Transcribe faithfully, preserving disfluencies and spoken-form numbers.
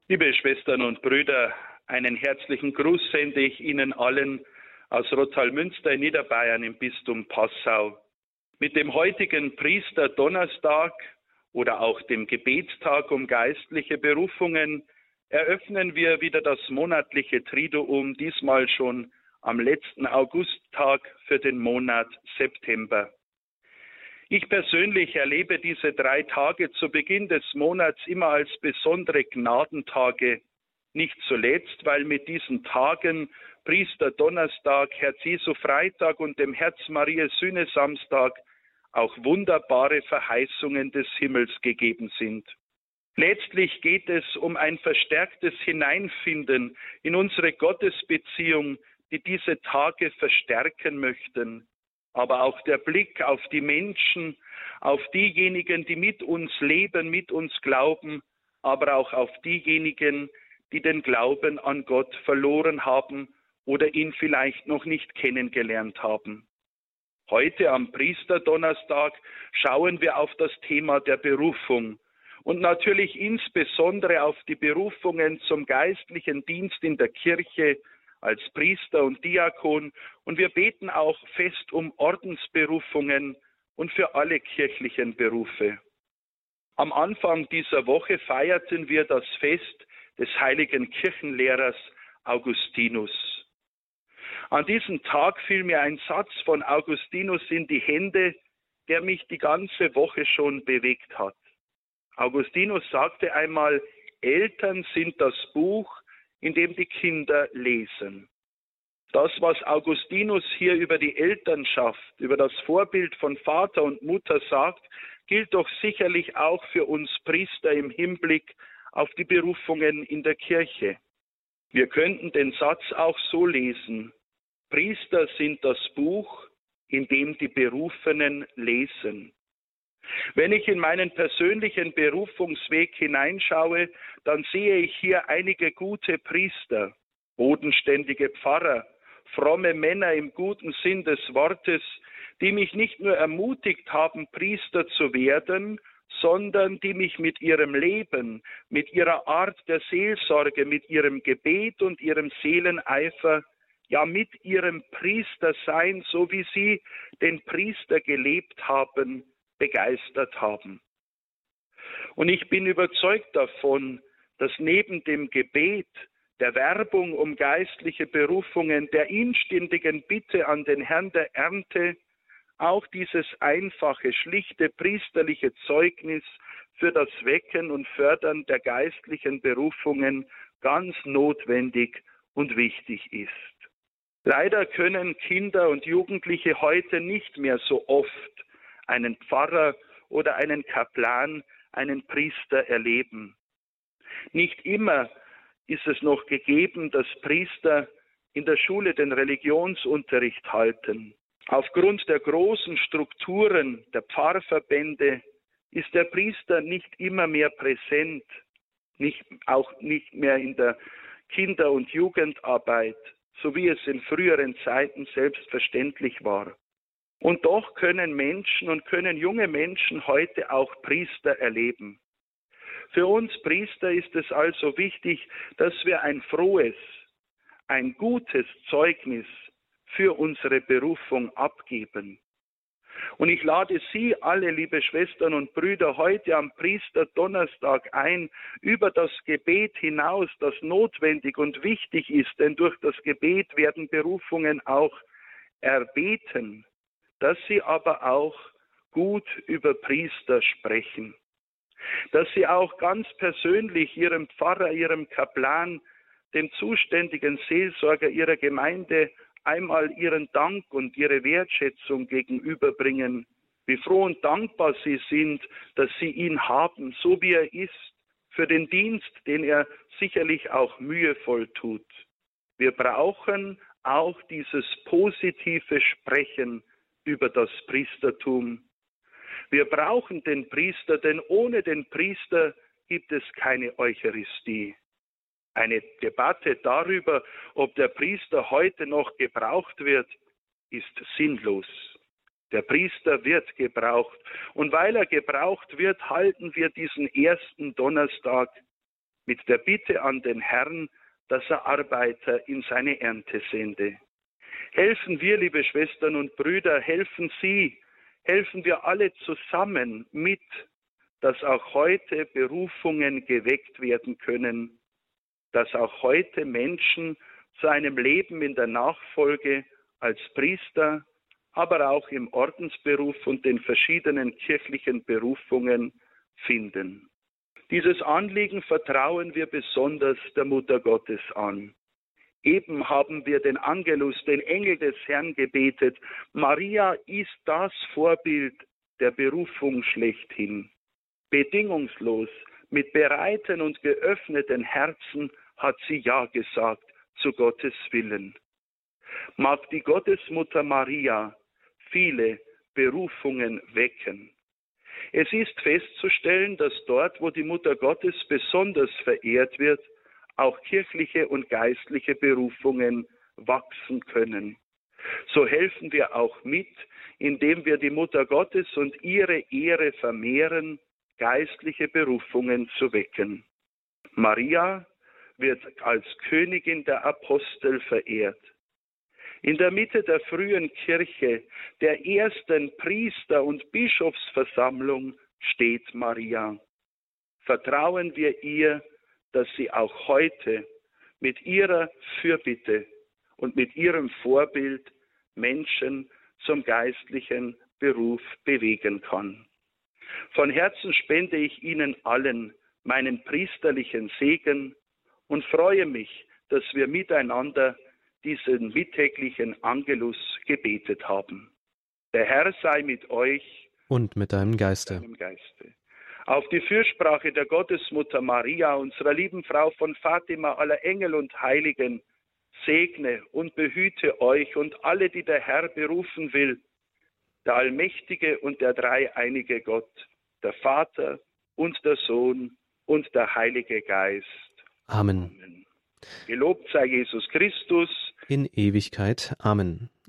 Liebe Schwestern und Brüder, einen herzlichen Gruß sende ich Ihnen allen aus Rottal-Münster in Niederbayern im Bistum Passau. Mit dem heutigen Priesterdonnerstag oder auch dem Gebetstag um geistliche Berufungen eröffnen wir wieder das monatliche Triduum, diesmal schon am letzten Augusttag für den Monat September. Ich persönlich erlebe diese drei Tage zu Beginn des Monats immer als besondere Gnadentage, nicht zuletzt, weil mit diesen Tagen Priesterdonnerstag, Herz Jesu Freitag und dem Herz Mariä Sühne Samstag auch wunderbare Verheißungen des Himmels gegeben sind. Letztlich geht es um ein verstärktes Hineinfinden in unsere Gottesbeziehung, die diese Tage verstärken möchten. Aber auch der Blick auf die Menschen, auf diejenigen, die mit uns leben, mit uns glauben, aber auch auf diejenigen, die den Glauben an Gott verloren haben oder ihn vielleicht noch nicht kennengelernt haben. Heute am Priesterdonnerstag schauen wir auf das Thema der Berufung und natürlich insbesondere auf die Berufungen zum geistlichen Dienst in der Kirche, als Priester und Diakon, und wir beten auch fest um Ordensberufungen und für alle kirchlichen Berufe. Am Anfang dieser Woche feierten wir das Fest des heiligen Kirchenlehrers Augustinus. An diesem Tag fiel mir ein Satz von Augustinus in die Hände, der mich die ganze Woche schon bewegt hat. Augustinus sagte einmal: Eltern sind das Buch, in dem die Kinder lesen. Das, was Augustinus hier über die Elternschaft, über das Vorbild von Vater und Mutter sagt, gilt doch sicherlich auch für uns Priester im Hinblick auf die Berufungen in der Kirche. Wir könnten den Satz auch so lesen: Priester sind das Buch, in dem die Berufenen lesen. Wenn ich in meinen persönlichen Berufungsweg hineinschaue, dann sehe ich hier einige gute Priester, bodenständige Pfarrer, fromme Männer im guten Sinn des Wortes, die mich nicht nur ermutigt haben, Priester zu werden, sondern die mich mit ihrem Leben, mit ihrer Art der Seelsorge, mit ihrem Gebet und ihrem Seeleneifer, ja mit ihrem Priestersein, so wie sie den Priester gelebt haben, begeistert haben. Und ich bin überzeugt davon, dass neben dem Gebet, der Werbung um geistliche Berufungen, der inständigen Bitte an den Herrn der Ernte, auch dieses einfache, schlichte priesterliche Zeugnis für das Wecken und Fördern der geistlichen Berufungen ganz notwendig und wichtig ist. Leider können Kinder und Jugendliche heute nicht mehr so oft einen Pfarrer oder einen Kaplan, einen Priester erleben. Nicht immer ist es noch gegeben, dass Priester in der Schule den Religionsunterricht halten. Aufgrund der großen Strukturen der Pfarrverbände ist der Priester nicht immer mehr präsent, nicht, auch nicht mehr in der Kinder- und Jugendarbeit, so wie es in früheren Zeiten selbstverständlich war. Und doch können Menschen und können junge Menschen heute auch Priester erleben. Für uns Priester ist es also wichtig, dass wir ein frohes, ein gutes Zeugnis für unsere Berufung abgeben. Und ich lade Sie alle, liebe Schwestern und Brüder, heute am Priesterdonnerstag ein, über das Gebet hinaus, das notwendig und wichtig ist, denn durch das Gebet werden Berufungen auch erbeten, dass Sie aber auch gut über Priester sprechen, dass Sie auch ganz persönlich Ihrem Pfarrer, Ihrem Kaplan, dem zuständigen Seelsorger Ihrer Gemeinde einmal Ihren Dank und Ihre Wertschätzung gegenüberbringen, wie froh und dankbar Sie sind, dass Sie ihn haben, so wie er ist, für den Dienst, den er sicherlich auch mühevoll tut. Wir brauchen auch dieses positive Sprechen über das Priestertum. Wir brauchen den Priester, denn ohne den Priester gibt es keine Eucharistie. Eine Debatte darüber, ob der Priester heute noch gebraucht wird, ist sinnlos. Der Priester wird gebraucht. Und weil er gebraucht wird, halten wir diesen ersten Donnerstag mit der Bitte an den Herrn, dass er Arbeiter in seine Ernte sende. Helfen wir, liebe Schwestern und Brüder, helfen Sie, helfen wir alle zusammen mit, dass auch heute Berufungen geweckt werden können, dass auch heute Menschen zu einem Leben in der Nachfolge als Priester, aber auch im Ordensberuf und den verschiedenen kirchlichen Berufungen finden. Dieses Anliegen vertrauen wir besonders der Mutter Gottes an. Eben haben wir den Angelus, den Engel des Herrn gebetet. Maria ist das Vorbild der Berufung schlechthin. Bedingungslos, mit bereiten und geöffneten Herzen hat sie Ja gesagt zu Gottes Willen. Mag die Gottesmutter Maria viele Berufungen wecken. Es ist festzustellen, dass dort, wo die Mutter Gottes besonders verehrt wird, auch kirchliche und geistliche Berufungen wachsen können. So helfen wir auch mit, indem wir die Mutter Gottes und ihre Ehre vermehren, geistliche Berufungen zu wecken. Maria wird als Königin der Apostel verehrt. In der Mitte der frühen Kirche, der ersten Priester- und Bischofsversammlung, steht Maria. Vertrauen wir ihr, dass sie auch heute mit ihrer Fürbitte und mit ihrem Vorbild Menschen zum geistlichen Beruf bewegen kann. Von Herzen spende ich Ihnen allen meinen priesterlichen Segen und freue mich, dass wir miteinander diesen mittäglichen Angelus gebetet haben. Der Herr sei mit euch und mit deinem Geiste. Deinem Geiste. Auf die Fürsprache der Gottesmutter Maria, unserer lieben Frau von Fatima, aller Engel und Heiligen, segne und behüte euch und alle, die der Herr berufen will, der allmächtige und der dreieinige Gott, der Vater und der Sohn und der Heilige Geist. Amen. Amen. Gelobt sei Jesus Christus. In Ewigkeit. Amen.